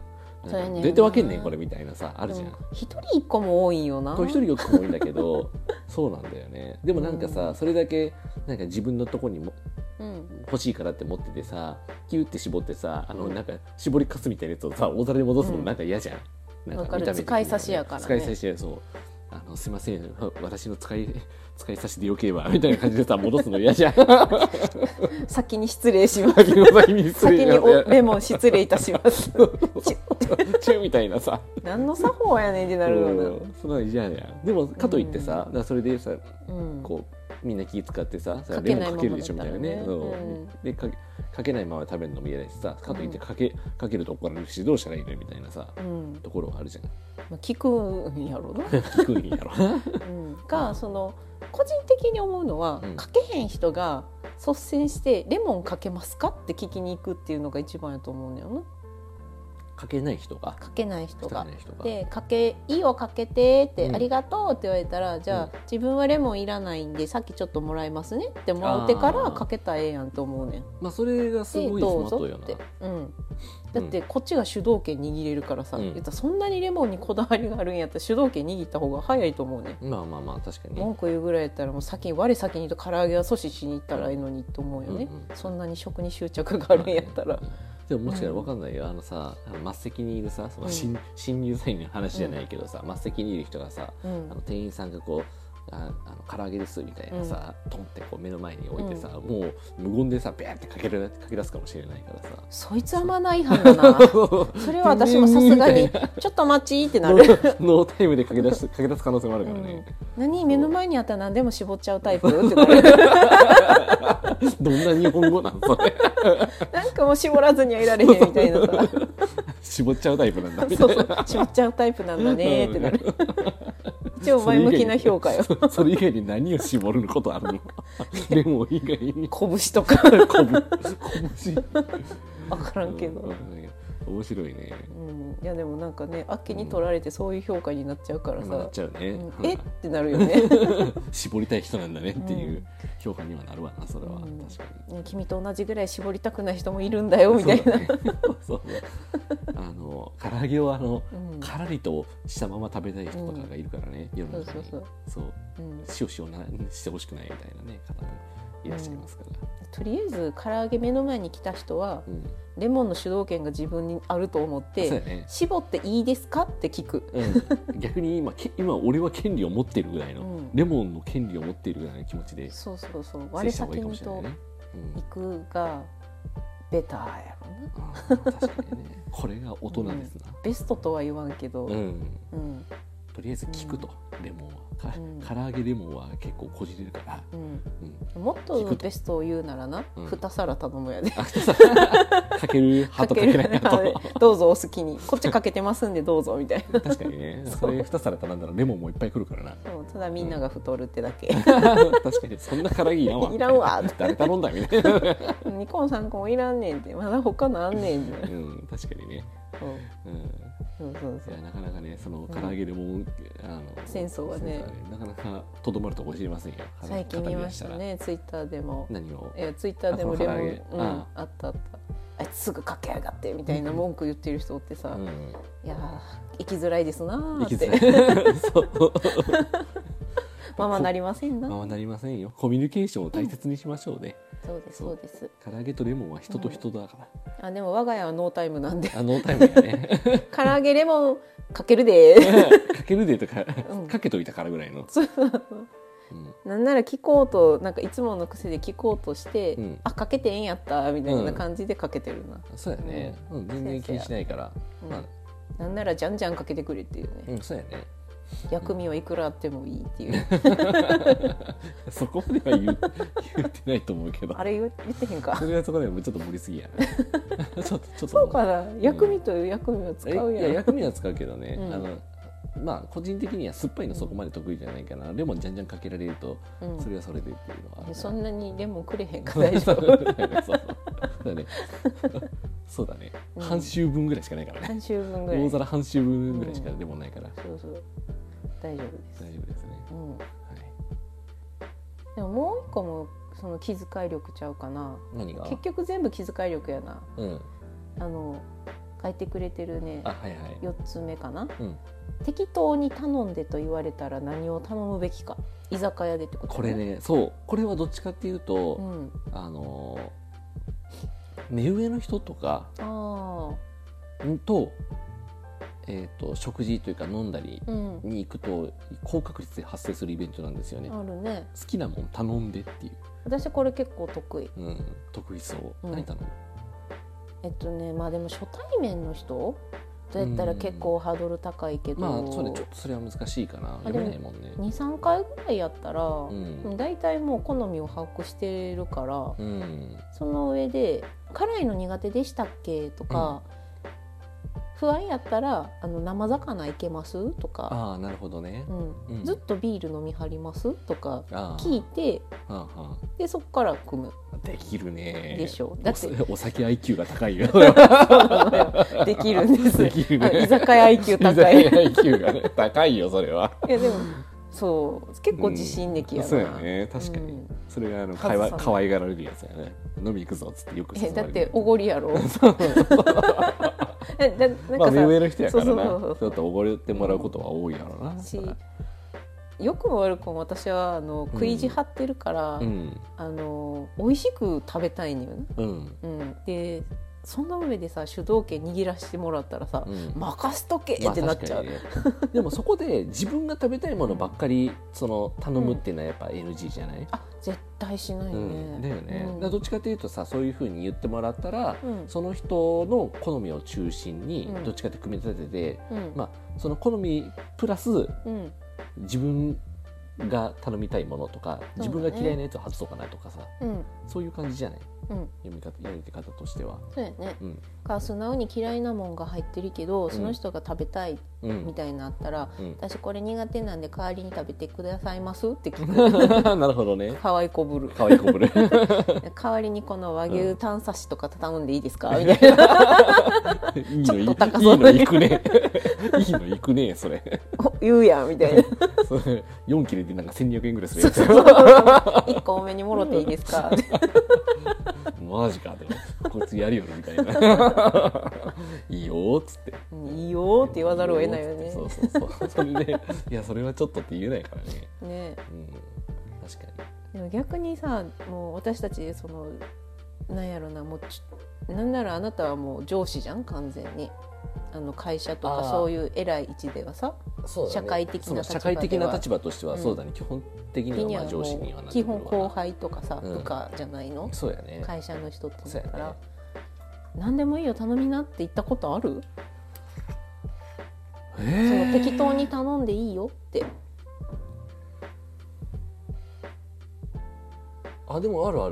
そうやねんな。 どうやって分けんねんこれみたいなさあるじゃん。 一人一個も多いよな。 一人一個も多いんだけどそうなんだよね。でもなんかさ、それだけなんか自分のとこにも欲しいからって持っててさ、キュッて絞ってさ、なんか絞りかすみたいなやつをさ大皿に戻すのなんか嫌じゃん。なんか見た目的に使い差しやからね。 使い差しや、そうすいません私の使い差しでよければみたいな感じでさ戻すの嫌じゃん先に失礼します先にレモン失礼いたしますチュみたいなさ何の作法やねんってなるような、 その嫌じゃん。でもかといってさ、それでさ、こうみんな気使ってさレモンかけるでしょみたいなね。でかけないまま食べるのも嫌だしさ、かといってかけると怒られるしどうしたらいいのみたいなさ、ところはあるじゃん。 聞くんやろな聞くんやろがその個人的に思うのは、かけへん人が率先してレモンかけますかって聞きに行くっていうのが一番やと思うんだよな。 かけない人がでいいよかけてって、ありがとうって言われたら、じゃあ、自分はレモンいらないんでさっきちょっともらいますねってもらってからかけたらええやんと思うねん。 まあそれがすごいスマートよな。 だってこっちが主導権握れるからさ、言ったらそんなにレモンにこだわりがあるんやったら主導権握った方が早いと思うね。 まあ確かに文句言うぐらいやったらもう我先にと唐揚げは阻止しに行ったらいいのにと思うよね、そんなに食に執着があるんやったら。 でももしかしたら分かんないよ、末席にいるさ、その新入社員の話じゃないけどさ、末席にいる人がさ、店員さんがこう唐揚げですみたいなさ、トンってこう目の前に置いてさ、もう無言でさベーってかけ出すかもしれないからさ、 そいつはマナー違反だなそれは私もさすがにちょっと待ちってなるノータイムでかけ出す可能性もあるからね、 何目の前にあったら何でも絞っちゃうタイプってなるどんな日本語なんそれなんかもう絞らずにはいられへんみたいなさ絞っちゃうタイプなんだみたいなそう絞っちゃうタイプなんだねってなる一応前向きな評価よそれ以外に何を絞ることあるのレモン以外に拳とか拳分からんけど、 面白いね、 いやでもなんかねあっけに取られてそういう評価になっちゃうからさ、 なっちゃうね、 えってなるよね絞りたい人なんだねっていう評価にはなるわな、それは、確かに、 君と同じぐらい絞りたくない人もいるんだよみたいなそう唐揚げをからりとしたまま食べたい人とかがいるからね、世の中に塩してほしくないみたいなね方もいらっしゃいますから、 とりあえず唐揚げ目の前に来た人は、レモンの主導権が自分にあると思って、絞っていいですかって聞く、 逆に今俺は権利を持っているぐらいの、レモンの権利を持っているぐらいの気持ちで我先にと行くがベターやろな確かにねこれが大人ですな、 ベストとは言わんけど、とりあえず聞くと、レモンは唐揚げレモンは結構こじれるから、 もっとベストを言うならな、2皿頼むやでかける派とかけない派とどうぞお好きにこっちかけてますんでどうぞみたいな確かにね、それ2皿頼んだらレモンもいっぱいくるからな、 ただみんなが太るってだけ、 確かにそんな唐揚げいらんわいらんわ誰頼んだみたいな 2個も3個もいらんねんってまだ他のあんねんって、 確かにね、なかなかねその唐揚げでも、 戦争はねなかなかとどまるとこ知りませんよ。 最近見ましたね、ツイッターでも。 何を？ ツイッターでもレモン、あったあいつすぐかけやがってみたいな文句言ってる人ってさ、いや生きづらいですなーってままなりませんな。 ままなりませんよ。コミュニケーションを大切にしましょうね。 そうです。 唐揚げとレモンは人と人だから。 でも我が家はノータイムなんで。 ノータイムやね。 唐揚げレモンかけるで。 かけるでとかかけといたからぐらいの。 なんなら聞こうとなんかいつもの癖で聞こうとして、かけてええんやったみたいな感じでかけてるな。 そうやね。全然気にしないから。 なんならじゃんじゃんかけてくれっていうね。 そうやね。 薬味はいくらあってもいいっていうそこまでは言ってないと思うけど、 あれ言ってへんか、 それはそこでもちょっと無理すぎやねちょっとそうかな、薬味という薬味は使うやん。 いや薬味は使うけどね、個人的には酸っぱいのそこまで得意じゃないかな、レモンじゃんじゃんかけられると、それはそれでっていうのはある。 そんなにレモンくれへんか大丈夫そうだね、半周分ぐらいしかないからね、 半周分ぐらい、 大皿半周分ぐらいしかレモンないから、 そう大丈夫です。 大丈夫ですね。 でももう一個もその気遣い力ちゃうかな。 何が？ 結局全部気遣い力やな。 書いてくれてるね、 はいはい、 4つ目かな、 うん、 適当に頼んでと言われたら何を頼むべきか。居酒屋でってことね。 これね、そうこれはどっちかっていうと、 うん、 目上の人とかと、食事というか飲んだりに行くと高確率で発生するイベントなんですよね。 あるね。 好きなもん頼んでっていう。 私これ結構得意。 うん、得意そう。何頼む？ まあでも初対面の人だったら結構ハードル高いけど、 まあちょっとそれは難しいかな。読めないもんね。 2,3 回ぐらいやったら、だいたいもう好みを把握してるから、その上で辛いの苦手でしたっけとか、不安やったら生魚いけますとか、 なるほどね、 ずっとビール飲みはりますとか聞いて、でそこから組む。 できるね。 でしょ。だってお酒 IQ が高いよ。 そうなのよ。できるんです。 できるね。 居酒屋 IQ 高い。 居酒屋 IQ がね高いよそれは。 いやでもそう結構自信的やな。 そうやね、確かに。それが可愛がられるやつやね。飲み行くぞっつってよく誘われる。 だっておごりやろ。 まあ目上の人やからな。ちょっとおごってもらうことは多いやろうな。 よくも悪くも私は食い意地張ってるから、美味しく食べたいのよね。でそんな上でさ主導権握らせてもらったらさ、任せとけってなっちゃう。 でもそこで自分が食べたいものばっかり頼むっていうのはやっぱ NG じゃない？ 絶対しないね。 だよね。どっちかというとさ、そういうふうに言ってもらったら、その人の好みを中心にどっちかって組み立てて、その好みプラス、自分が頼みたいものとか、自分が嫌いなやつを外そうかなとかさ、そういう感じじゃない？読み方としては。 そうやね。か素直に嫌いなもんが入ってるけど、その人が食べたいみたいなあったら、私これ苦手なんで代わりに食べてくださいますって聞く。 なるほどね。 可愛いこぶる。 可愛いこぶる。 代わりにこの和牛タン刺しとか頼んでいいですかみたいな。ちょっと高そうな。 いいのいくね。いいのいくねそれ。 言うやんみたいな。 それ4切れでなんか1200円ぐらいするやつ。 1個多めにもろていいですか。 マジかって、こいつやるよみたいな。いいよっつって。 いいよって言わざるを得ないよね。 そう。それでいやそれはちょっとって言えないからね。 ね。 確かに。でも逆にさ、もう私たちなんやろな、もうなんならあなたはもう上司じゃん完全に。会社とかそういう偉い位置ではさ、社会的な立場としてはそうだね。基本的には上司にはなって基本後輩とかさ、部下じゃないの？ そうやね。 会社の人ってだから、何でもいいよ頼みなって言ったことある？その適当に頼んでいいよって。 でもある。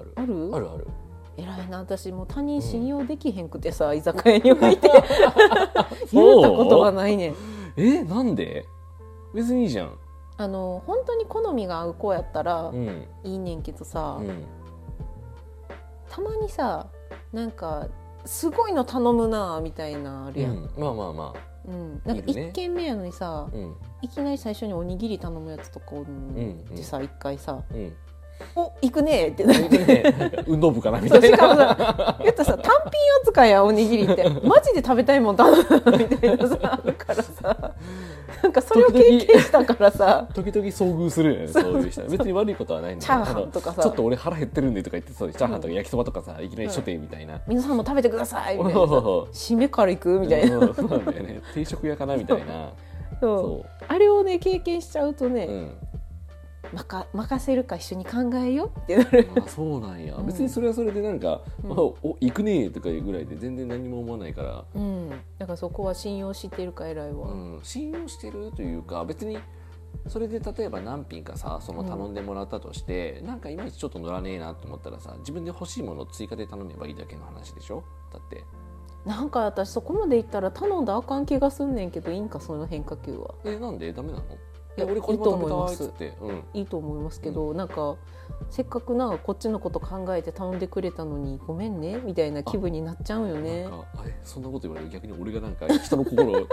偉いな。私もう他人信用できへんくてさ、居酒屋において言ったことがないねん。 なんで？別にいいじゃん。 本当に好みが合う子やったらいいねんけどさ、たまにさなんかすごいの頼むなみたいなあるやん。 まあなんか1軒目やのにさ、いきなり最初におにぎり頼むやつとかおってさ、一回さ、お、行くねってなって運動部かなみたいな。 しかもさ、言ったさ、単品扱いやおにぎりってマジで食べたいもん頼むみたいなさ、だからさ、なんかそれを経験したからさ、 時々遭遇するよね、そういう人。別に悪いことはないんだけど、 チャーハンとかさ、 ちょっと俺腹減ってるんでとか言って、チャーハンとか焼きそばとかさ、いきなり初手みたいな、 皆さんも食べてくださいみたいな、締めから行くみたいな、 そうなんだよね、定食屋かなみたいな。 そうあれをね経験しちゃうとね、任せるか一緒に考えようってなる。 そうなんや。別にそれはそれでなんか、お行くねとかいうぐらいで全然何も思わないから。 だからそこは信用してるか偉いわ。 信用してるというか、別にそれで例えば何品かさ、頼んでもらったとして、なんかいまいちちょっと乗らねえなと思ったらさ、自分で欲しいものを追加で頼めばいいだけの話でしょ。だってなんか私そこまでいったら頼んだらあかん気がすんねんけど、いいんかその変化球は。 なんでダメなの？俺これも食べたいっつって。 いいと思いますけど、なんかせっかくこっちのこと考えて頼んでくれたのにごめんねみたいな気分になっちゃうよね。 そんなこと言われる、逆に俺がなんか人の心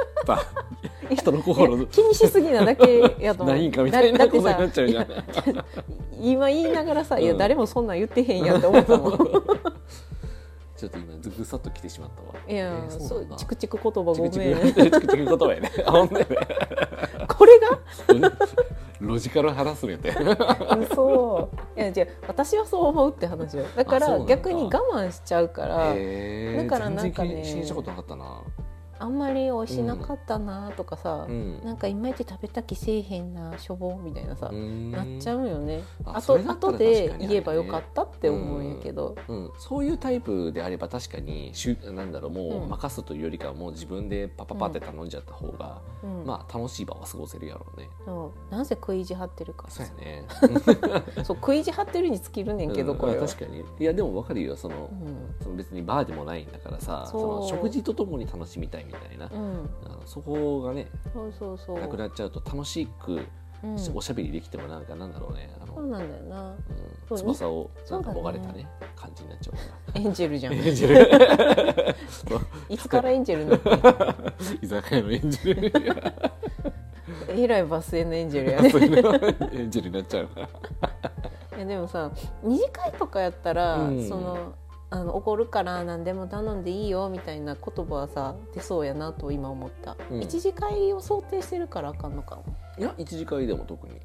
気にしすぎなだけやと思う。 ないんかみたいなことになっちゃうじゃん。 今言いながらさ、いや誰もそんなん言ってへんやんって思ったもん。 ちょっと今ぐさっと来てしまったわ。 いや、そうチクチク言葉ごめん。 チクチク言葉やね。ほんでね。 これがロジカルハラスメントや。 そういや違う、私はそう思うって話よ。だから逆に我慢しちゃうから、だからなんかね、 全然気にしたことなかったな。 あんまり美味しなかったなとかさ、なんかいまいち食べた気せえへんな、しょぼみたいなさ、なっちゃうよね。あとで言えばよかったって思うんやけど、 そういうタイプであれば確かになんだろう、もう任すというよりかはもう自分でパパパって頼んじゃった方が、まあ楽しい場は過ごせるやろうね。 なんせ食い意地張ってるから。 そうやね。 そう食い意地張ってるに尽きるねんけど、これは確かに。いやでも分かるよ、その別にバーでもないんだからさ、その食事とともに楽しみたいみたいな、そこがねなくなっちゃうと楽しくおしゃべりできてもなんかなんだろうね、 そうなんだよな、 翼をなんかもがれたね感じになっちゃうから。 エンジェルじゃん。 エンジェルいつからエンジェルになった居酒屋のエンジェルえらいバスへのエンジェルやね。 エンジェルになっちゃうから。 いやでもさ、二次会とかやったら、その怒るから何でも頼んでいいよみたいな言葉はさ出そうやなと今思った、一次会を想定してるからあかんのかも。 いや一次会でも特に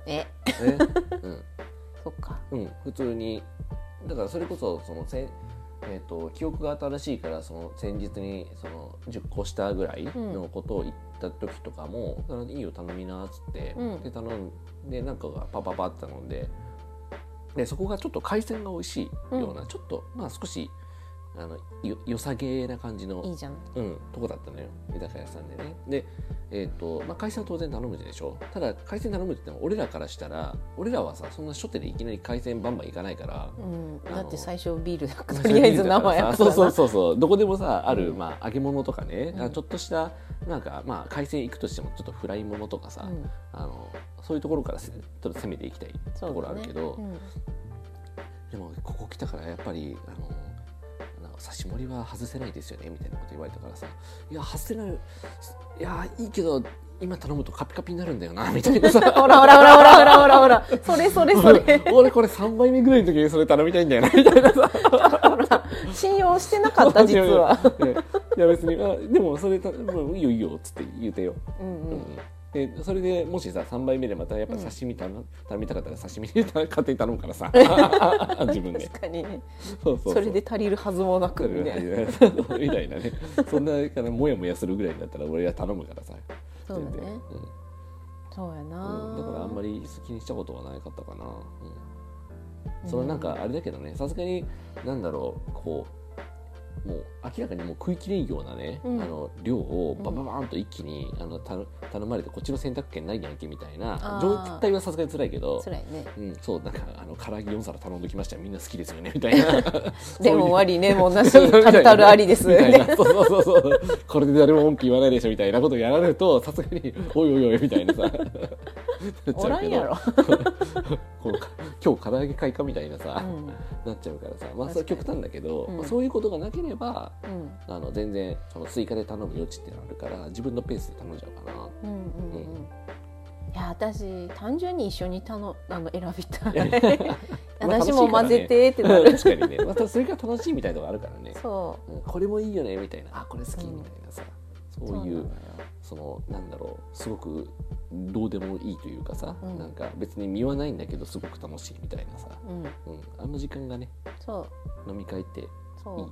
そっか、 普通にだからそれこそその記憶が新しいから、その先日にその10個下ぐらいのことを言った時とかも「いいよ頼みな」っつって、で頼んでなんかがパパパって頼んで、でそこがちょっと海鮮が美味しいような、ちょっとまあ少し良さげな感じのいいじゃん、 とこだったのよ、居酒屋さんでね。で、海鮮は当然頼むでしょ。ただ海鮮頼むって言っても俺らからしたら、俺らはさそんな初手でいきなり海鮮バンバンいかないから、 だって最初ビールだからとりあえず生やからな。そうどこでもさある、揚げ物とかね、ちょっとしたなんか海鮮行くとしてもちょっとフライ物とかさ、そういうところからちょっと攻めていきたいところあるけど、でもここ来たからやっぱり刺し盛りは外せないですよねみたいなこと言われたからさ、いや外せない、いやいいけど今頼むとカピカピになるんだよなみたいなさほらそれ俺これ3杯目ぐらいの時にそれ頼みたいんだよなみたいなさ信用してなかった実は。 いや別にでもそれもういいよっつって言うてよ、でそれでもしさ3杯目でまたやっぱ刺身頼みたかったら刺身で勝手に頼むからさ自分で確かにね、 それで足りるはずもなくみたいなね、そんなからモヤモヤするぐらいだったら俺は頼むからさ。 そうだね、そうやな、 だからあんまり気にしたことはなかったかな。そのなんかあれだけどね、さすがになんだろう、こうもう明らかにもう食い切れんようなね、量をバババーンと一気に頼まれてこっちの選択権ないやんけみたいな状態はさすがに辛いけど、 辛いね、 そうなんか唐揚げ4皿頼んどきましたみんな好きですよねみたいなレモンありレモンなしタルタルありですみたいなそうこれで誰も文句言わないでしょみたいなことをやられるとさすがにおいおいおいみたいなさおらんやろ今日唐揚げ買いかみたいなさ、なっちゃうからさ、それは極端だけど、そういうことがなければ、全然その追加で頼む余地ってのあるから自分のペースで頼んじゃうかな。 いや私単純に一緒に選びたい私も混ぜてってなる。 確かにね、またそれが楽しいみたいなのがあるからね。これもいいよねみたいな、これ好きみたいなさ、そういうそのなんだろう、すごくどうでもいいというかさ、なんか別に身はないんだけどすごく楽しいみたいなさ、あの時間がね、飲み会っていいみたいなのも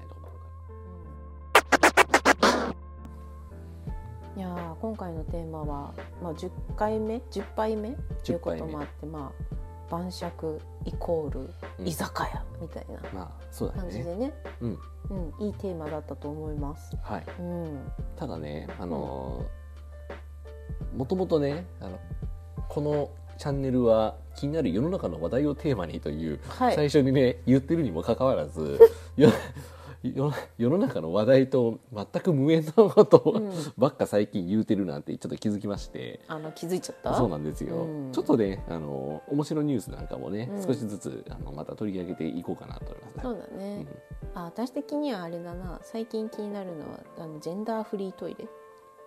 あるから。 いや今回のテーマは、10回目10杯目ということもあって、晩酌イコール居酒屋みたいな感じでね、いいテーマだったと思います。 ただね、もともとねこのチャンネルは気になる世の中の話題をテーマにという、最初にね言ってるにもかかわらず世の中の話題と全く無縁のことばっか最近言うてるなんてちょっと気づきまして、 気づいちゃった。 そうなんですよ、ちょっとね面白いニュースなんかもね、少しずつまた取り上げていこうかなと思います。 そうだね、私的にはあれだな、最近気になるのはジェンダーフリートイレ。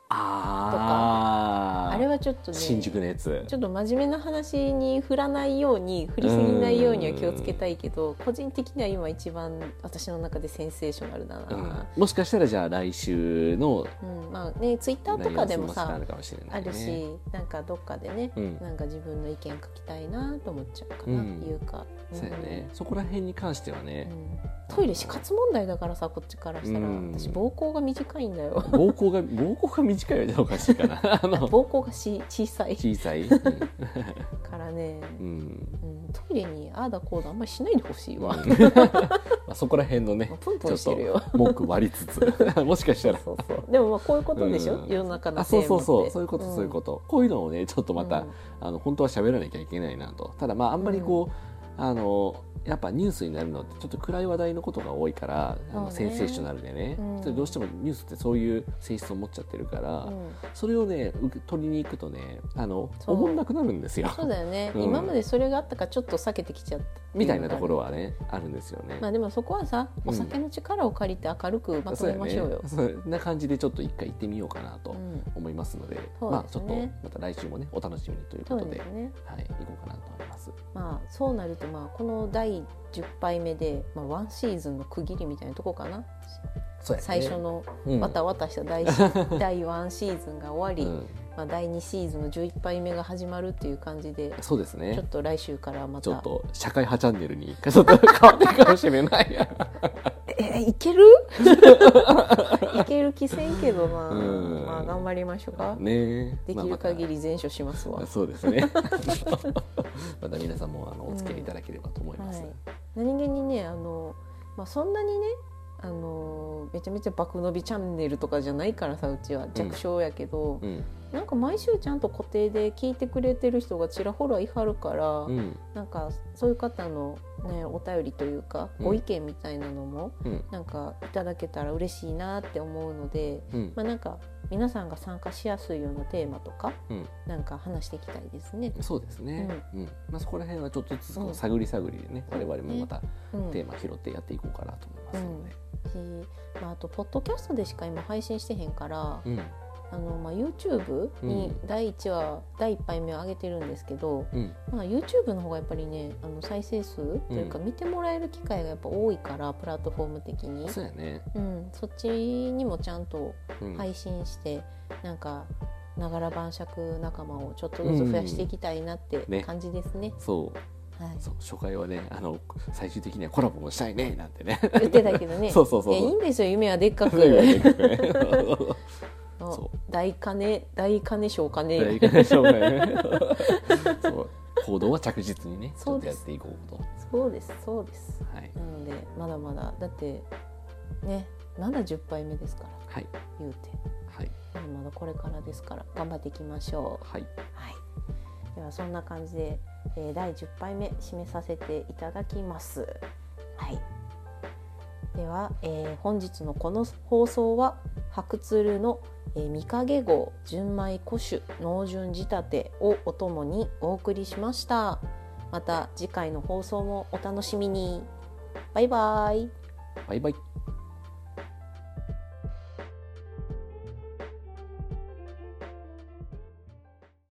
あれはちょっとね新宿のやつちょっと真面目な話に振らないように振りすぎないようには気をつけたいけど、個人的には今一番私の中でセンセーショナルだな、 もしかしたらじゃあ来週の、 まあねツイッターとかでもさあるかもしれないね、 あるし、なんかどっかでね、なんか自分の意見書きたいなと思っちゃうかな、いうか、 そうやね、そこら辺に関してはね、 トイレ死活問題だからさ、こっちからしたら、私膀胱が短いんだよ。 膀胱が短いはおかしいかな膀胱が小さいからね、トイレにああだこうだあんまりしないでほしいわ、 そこら辺のねプンプンしてるよ、 文句割りつつもしかしたらでもまあこういうことでしょ、世の中のテーマって。 そういうことこういうのをねちょっとまた、本当は喋らなきゃいけないなと。ただまああんまりこう、やっぱニュースになるのってちょっと暗い話題のことが多いから、センセーショナルでね、どうしてもニュースってそういう性質を持っちゃってるから、それをね取りに行くとね思んなくなるんですよ。 そうだよね、今までそれがあったからちょっと避けてきちゃったみたいなところはねあるんですよね。 まあでもそこはさ、お酒の力を借りて明るくまとめましょうよ。 そんな感じでちょっと一回行ってみようかなと思いますので、まあちょっとまた来週もねお楽しみにということで、はい、行こうかなと思います。 まあそうなるとこの第10杯目で、ワンシーズンの区切りみたいなとこかな。最初のわたわたした第1シーズンが終わり、第2シーズンの11杯目が始まるっていう感じで、 そうですね、 ちょっと来週からまたちょっと社会派チャンネルにちょっと変わっていくかもしれないいけるいける気せんけどな、まあ頑張りましょうかね。できる限り全処しますわ。 そうですねまた皆さんもお付き合いいただければと思います。 何気にねそんなにねめちゃめちゃ爆伸びチャンネルとかじゃないからさ、うちは弱小やけど、なんか毎週ちゃんと固定で聞いてくれてる人がちらほらいはるから、なんかそういう方の、ね、お便りというか、ご意見みたいなのも、なんかいただけたら嬉しいなって思うので、なんか皆さんが参加しやすいようなテーマとか、なんか話していきたいですね。 そうですね、そこら辺はちょっとずつ探り探りでね、我々もまたテーマ拾ってやっていこうかなと思いますので、 あとポッドキャストでしか今配信してへんから、YouTube に第1話、第1杯目を上げてるんですけど、YouTube の方がやっぱりね再生数というか見てもらえる機会がやっぱ多いから、プラットフォーム的にそうやね、 そっちにもちゃんと配信して、なんかながら晩酌仲間をちょっとずつ増やしていきたいなって感じですね。 そう初回はね最終的にはコラボもしたいねなんてね言ってたけどねいやいいんですよ、夢はでっかく大金賞かね行動は着実にねちょっとやっていこうと。 そうです、なのでまだまだだってねまだ10杯目ですから、言うて、まだこれからですから頑張っていきましょう。ではそんな感じで、第10杯目締めさせていただきます。では、本日のこの放送は白鶴の御影号純米古酒濃純仕立てをお供にお送りしました。また次回の放送もお楽しみに。バイバイ。 バイバイ。